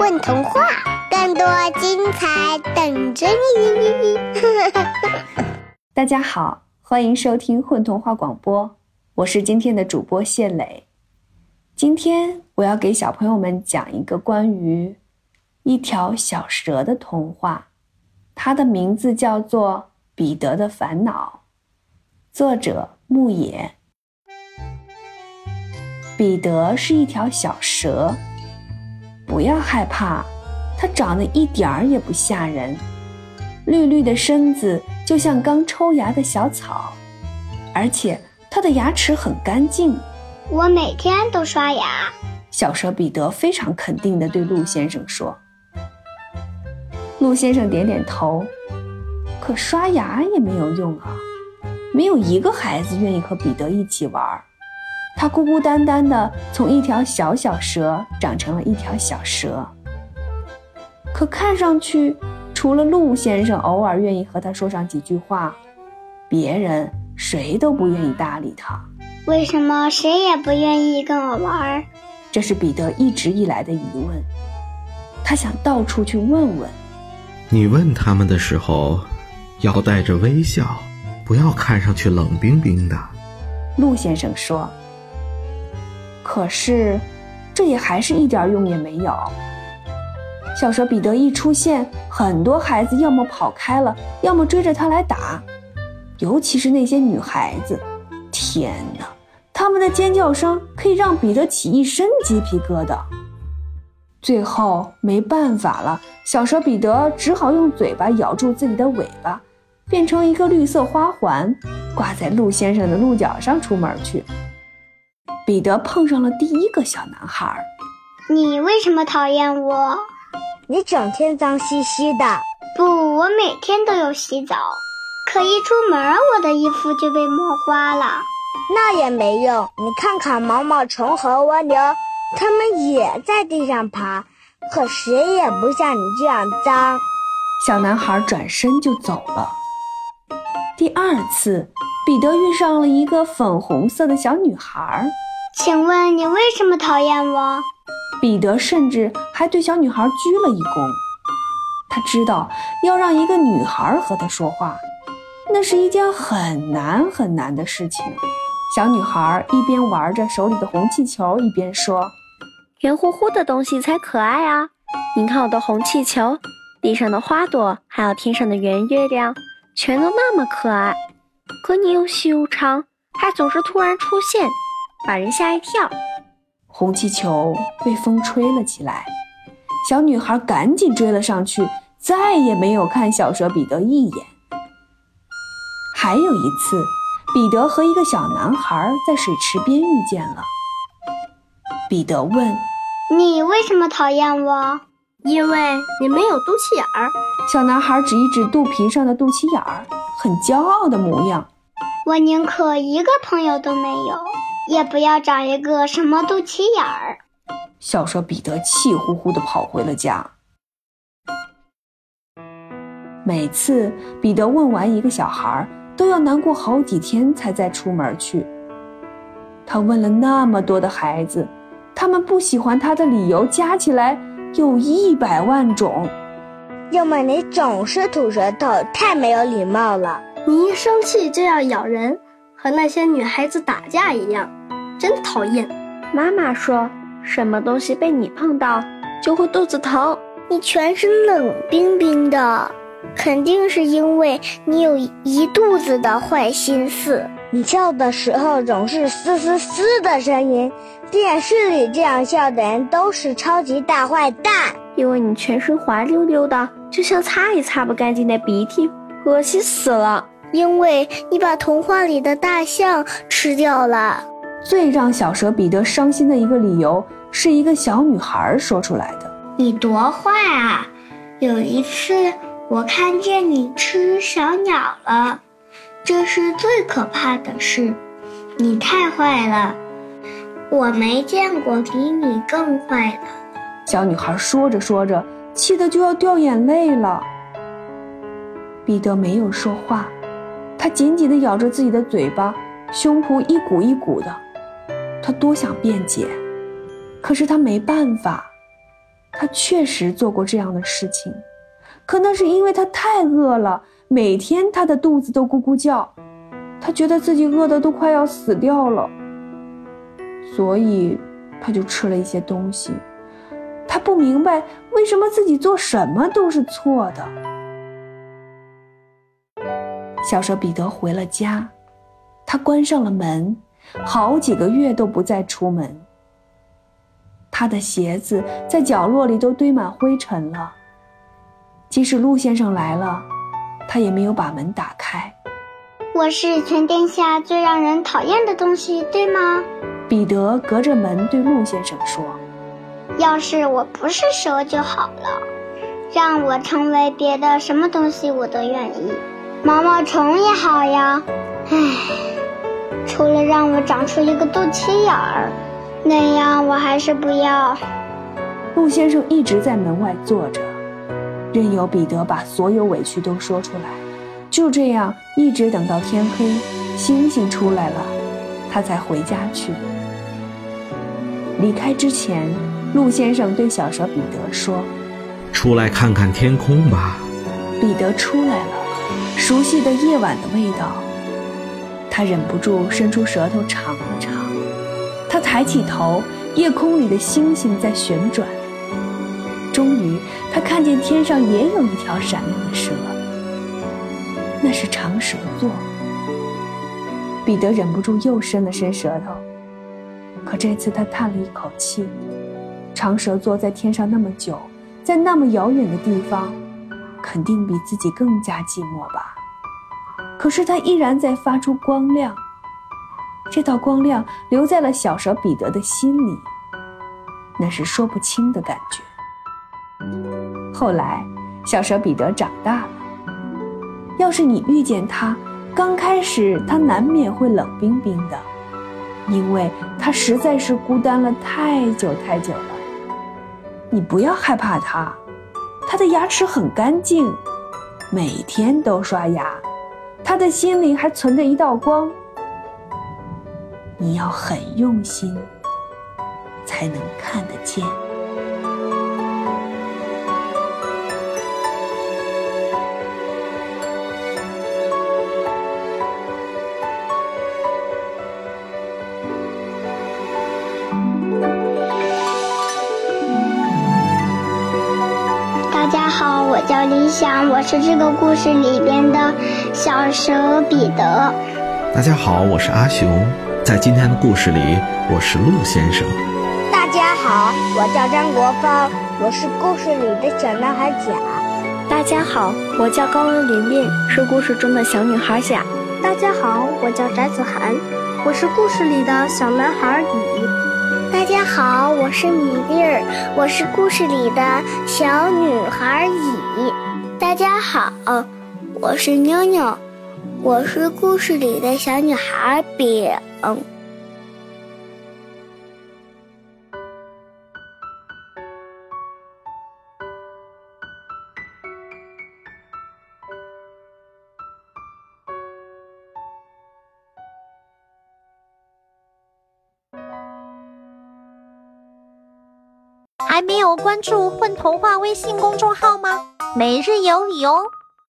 混童话，更多精彩等着你！ 大家好，欢迎收听混童话广播，我是今天的主播谢磊。今天我要给小朋友们讲一个关于一条小蛇的童话，它的名字叫做《彼得的烦恼》，作者牧野。彼得是一条小蛇，不要害怕，它长得一点儿也不吓人，绿绿的身子就像刚抽芽的小草，而且它的牙齿很干净。 我每天都刷牙。 小蛇彼得非常肯定地对鹿先生说。鹿先生点点头，可刷牙也没有用啊，没有一个孩子愿意和彼得一起玩。他孤孤单单地从一条小小蛇长成了一条小蛇，可看上去除了鹿先生偶尔愿意和他说上几句话，别人谁都不愿意搭理他。 为什么谁也不愿意跟我玩？ 这是彼得一直以来的疑问，他想到处去问问。 你问他们的时候要带着微笑，不要看上去冷冰冰的。 鹿先生说。可是这也还是一点用也没有。小蛇彼得一出现，很多孩子要么跑开了，要么追着他来打，尤其是那些女孩子，天哪，他们的尖叫声可以让彼得起一身鸡皮疙瘩。最后没办法了，小蛇彼得只好用嘴巴咬住自己的尾巴，变成一个绿色花环，挂在鹿先生的鹿角上出门去。彼得碰上了第一个小男孩。 你为什么讨厌我？ 你整天脏兮兮的。 不，我每天都有洗澡，可一出门我的衣服就被磨花了。 那也没用，你看看毛毛虫和蜗牛，它们也在地上爬，可谁也不像你这样脏。 小男孩转身就走了。第二次，彼得遇上了一个粉红色的小女孩。 请问你为什么讨厌我？ 彼得甚至还对小女孩鞠了一躬。他知道要让一个女孩和他说话，那是一件很难很难的事情。小女孩一边玩着手里的红气球，一边说： 圆乎乎的东西才可爱啊！您看我的红气球，地上的花朵，还有天上的圆月亮，全都那么可爱。可你又细又长，还总是突然出现，把人吓一跳。 红气球被风吹了起来，小女孩赶紧追了上去，再也没有看小蛇彼得一眼。还有一次，彼得和一个小男孩在水池边遇见了。彼得问： 你为什么讨厌我？ 因为你没有肚脐眼儿。 小男孩指一指肚皮上的肚脐眼儿，很骄傲的模样。 我宁可一个朋友都没有，也不要长一个什么肚脐眼儿。 小蛇彼得气呼呼地跑回了家。每次彼得问完一个小孩，都要难过好几天才再出门去。他问了那么多的孩子，他们不喜欢他的理由加起来有100万种。 要么你总是吐舌头，太没有礼貌了。 你一生气就要咬人，和那些女孩子打架一样，真讨厌。 妈妈说，什么东西被你碰到就会肚子疼。 你全身冷冰冰的，肯定是因为你有一肚子的坏心思。你笑的时候总是嘶嘶嘶的声音，电视里这样笑的人都是超级大坏蛋。 因为你全身滑溜溜的，就像擦也擦不干净的鼻涕，恶心死了。 因为你把童话里的大象吃掉了。 最让小蛇彼得伤心的一个理由，是一个小女孩说出来的。 你多坏啊！有一次我看见你吃小鸟了，这是最可怕的事。你太坏了，我没见过比你更坏的。 小女孩说着说着，气得就要掉眼泪了。彼得没有说话，他紧紧地咬着自己的嘴巴，胸脯一鼓一鼓的。他多想辩解，可是他没办法。 他确实做过这样的事情，可那是因为他太饿了，每天他的肚子都咕咕叫，他觉得自己饿得都快要死掉了，所以他就吃了一些东西。他不明白为什么自己做什么都是错的。小蛇彼得回了家，他关上了门，好几个月都不再出门。他的鞋子在角落里都堆满灰尘了，即使陆先生来了，他也没有把门打开。 我是全天下最让人讨厌的东西，对吗？ 彼得隔着门对陆先生说， 要是我不是蛇就好了，让我成为别的什么东西我都愿意，毛毛虫也好呀。除了让我长出一个肚脐眼儿，那样我还是不要。 陆先生一直在门外坐着，任由彼得把所有委屈都说出来。就这样一直等到天黑，星星出来了，他才回家去。离开之前，陆先生对小蛇彼得说， 出来看看天空吧。 彼得出来了，熟悉的夜晚的味道，他忍不住伸出舌头尝了尝。他抬起头，夜空里的星星在旋转。终于他看见天上也有一条闪亮的蛇，那是长蛇座。彼得忍不住又伸了伸舌头，可这次他叹了一口气。长蛇座在天上那么久，在那么遥远的地方，肯定比自己更加寂寞吧。可是它依然在发出光亮，这道光亮留在了小蛇彼得的心里，那是说不清的感觉。后来小蛇彼得长大了，要是你遇见他，刚开始他难免会冷冰冰的，因为他实在是孤单了太久太久了。你不要害怕他，他的牙齿很干净，每天都刷牙，他的心里还存着一道光。你要很用心，才能看得见。 大家好，我叫李想，我是这个故事里边的小蛇彼得。 大家好，我是阿雄，在今天的故事里，我是陆先生。 大家好，我叫张国芳，我是故事里的小男孩甲。 大家好，我叫高文琳琳，是故事中的小女孩甲。 大家好，我叫翟子涵，我是故事里的小男孩乙。 大家好，我是米粒儿，我是故事里的小女孩乙。大家好，我是妞妞，我是故事里的小女孩丙。 还没有关注混童话微信公众号吗？每日有礼哦。